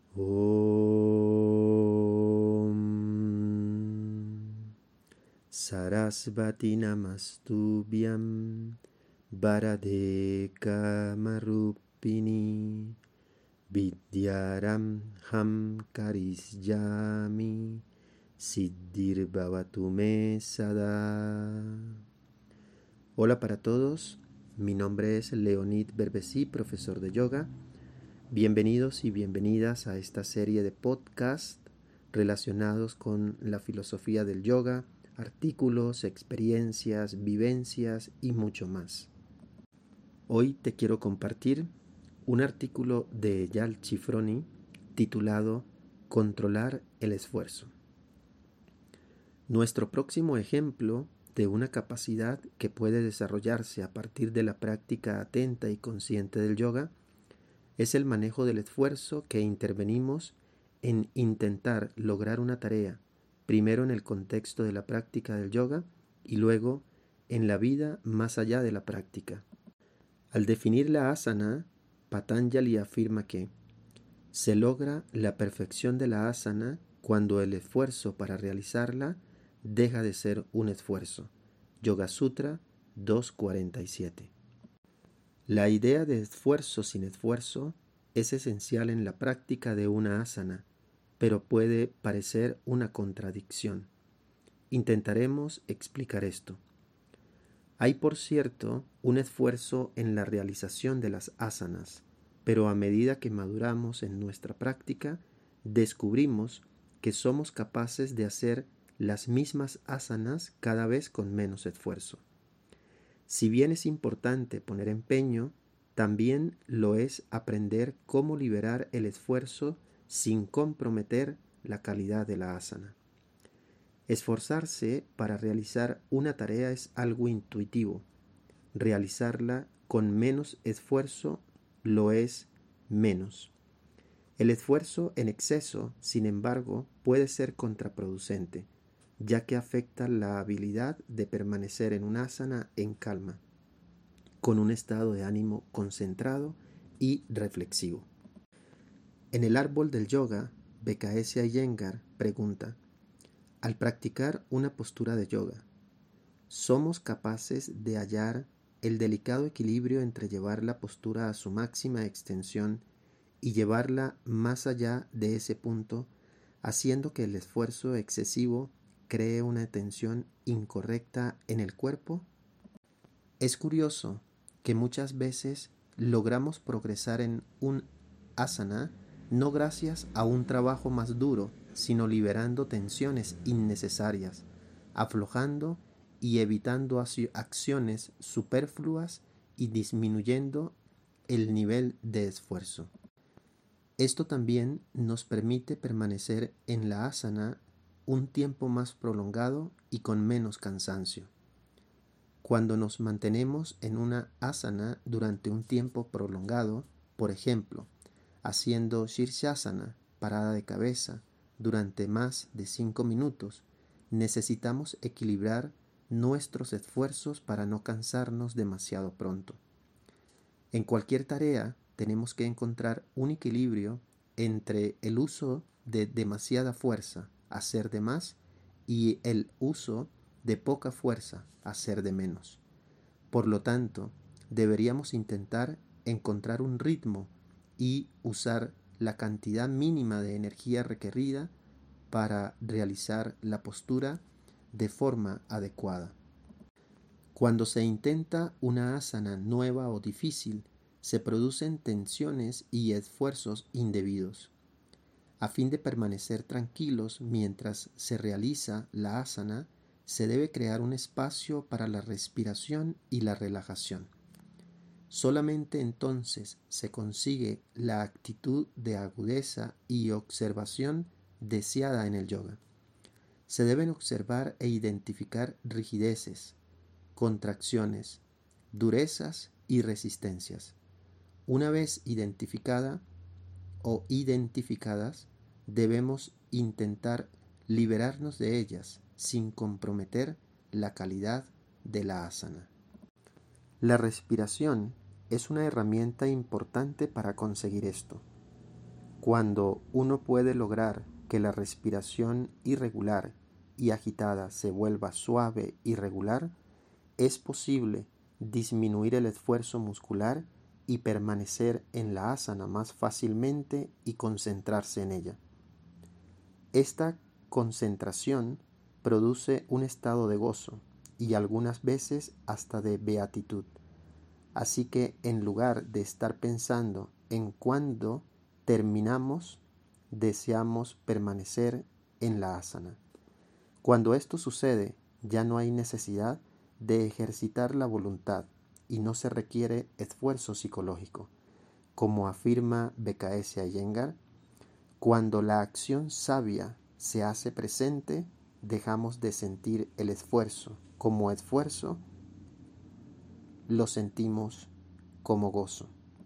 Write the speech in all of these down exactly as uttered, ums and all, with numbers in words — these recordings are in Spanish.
Om Sarasvati Namastubhyam Varade Kamarupini Vidyaram Ham Karisyami Siddhir Bhavatu Me Sada. Hola para todos, mi nombre es Leonid Berbesi, profesor de yoga. Bienvenidos y bienvenidas a esta serie de podcasts relacionados con la filosofía del yoga, artículos, experiencias, vivencias y mucho más. Hoy te quiero compartir un artículo de Eyal Shifroni titulado Controlar el esfuerzo. Nuestro próximo ejemplo de una capacidad que puede desarrollarse a partir de la práctica atenta y consciente del yoga es el manejo del esfuerzo que intervenimos en intentar lograr una tarea, primero en el contexto de la práctica del yoga y luego en la vida más allá de la práctica. Al definir la asana, Patanjali afirma que se logra la perfección de la asana cuando el esfuerzo para realizarla deja de ser un esfuerzo. Yoga Sutra dos cuarenta y siete. La idea de esfuerzo sin esfuerzo es esencial en la práctica de una asana, pero puede parecer una contradicción. Intentaremos explicar esto. Hay, por cierto, un esfuerzo en la realización de las asanas, pero a medida que maduramos en nuestra práctica, descubrimos que somos capaces de hacer las mismas asanas cada vez con menos esfuerzo. Si bien es importante poner empeño, también lo es aprender cómo liberar el esfuerzo sin comprometer la calidad de la asana. Esforzarse para realizar una tarea es algo intuitivo. Realizarla con menos esfuerzo lo es menos. El esfuerzo en exceso, sin embargo, puede ser contraproducente, ya que afecta la habilidad de permanecer en una asana en calma, con un estado de ánimo concentrado y reflexivo. En el árbol del yoga, B K S Iyengar pregunta: al practicar una postura de yoga, ¿somos capaces de hallar el delicado equilibrio entre llevar la postura a su máxima extensión y llevarla más allá de ese punto, haciendo que el esfuerzo excesivo cree una tensión incorrecta en el cuerpo? Es curioso que muchas veces logramos progresar en un asana no gracias a un trabajo más duro, sino liberando tensiones innecesarias, aflojando y evitando acciones superfluas y disminuyendo el nivel de esfuerzo. Esto también nos permite permanecer en la asana un tiempo más prolongado y con menos cansancio. Cuando nos mantenemos en una asana durante un tiempo prolongado, por ejemplo, haciendo Shirshasana, parada de cabeza, durante más de cinco minutos, necesitamos equilibrar nuestros esfuerzos para no cansarnos demasiado pronto. En cualquier tarea tenemos que encontrar un equilibrio entre el uso de demasiada fuerza, hacer de más, y el uso de poca fuerza, hacer de menos. Por lo tanto, deberíamos intentar encontrar un ritmo y usar la cantidad mínima de energía requerida para realizar la postura de forma adecuada. Cuando se intenta una asana nueva o difícil, se producen tensiones y esfuerzos indebidos. A fin de permanecer tranquilos mientras se realiza la asana, se debe crear un espacio para la respiración y la relajación. Solamente entonces se consigue la actitud de agudeza y observación deseada en el yoga. Se deben observar e identificar rigideces, contracciones, durezas y resistencias. Una vez identificada o identificadas, debemos intentar liberarnos de ellas sin comprometer la calidad de la asana. La respiración es una herramienta importante para conseguir esto. Cuando uno puede lograr que la respiración irregular y agitada se vuelva suave y regular, es posible disminuir el esfuerzo muscular y permanecer en la asana más fácilmente y concentrarse en ella. Esta concentración produce un estado de gozo y algunas veces hasta de beatitud. Así que en lugar de estar pensando en cuándo terminamos, deseamos permanecer en la asana. Cuando esto sucede, ya no hay necesidad de ejercitar la voluntad y no se requiere esfuerzo psicológico. Como afirma B K S Iyengar, cuando la acción sabia se hace presente, dejamos de sentir el esfuerzo como esfuerzo, lo sentimos como gozo.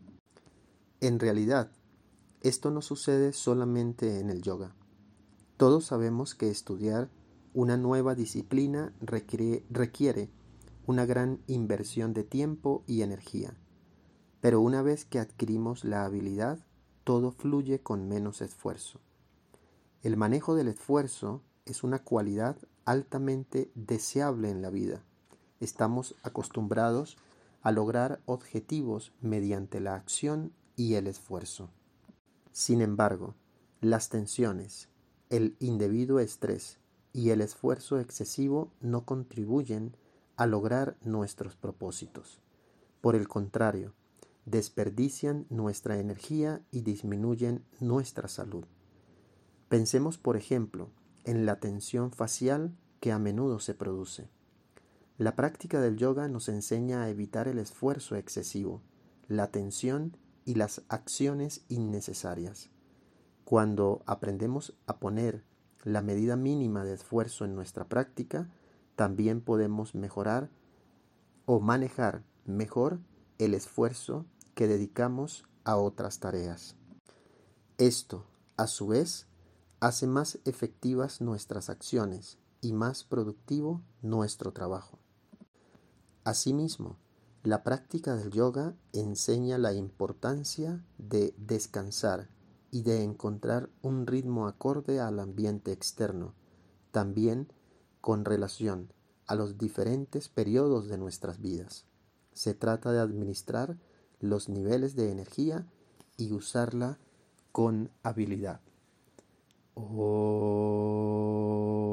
En realidad, esto no sucede solamente en el yoga. Todos sabemos que estudiar una nueva disciplina requiere, requiere una gran inversión de tiempo y energía, pero una vez que adquirimos la habilidad, todo fluye con menos esfuerzo. El manejo del esfuerzo es una cualidad altamente deseable en la vida. Estamos acostumbrados a lograr objetivos mediante la acción y el esfuerzo. Sin embargo, las tensiones, el indebido estrés y el esfuerzo excesivo no contribuyen a lograr nuestros propósitos. Por el contrario, desperdician nuestra energía y disminuyen nuestra salud. Pensemos, por ejemplo, en la tensión facial que a menudo se produce. La práctica del yoga nos enseña a evitar el esfuerzo excesivo, la tensión y las acciones innecesarias. Cuando aprendemos a poner la medida mínima de esfuerzo en nuestra práctica, también podemos mejorar o manejar mejor el esfuerzo que dedicamos a otras tareas. Esto, a su vez, hace más efectivas nuestras acciones y más productivo nuestro trabajo. Asimismo, la práctica del yoga enseña la importancia de descansar y de encontrar un ritmo acorde al ambiente externo, también con relación a los diferentes periodos de nuestras vidas. Se trata de administrar los niveles de energía y usarla con habilidad. Oh.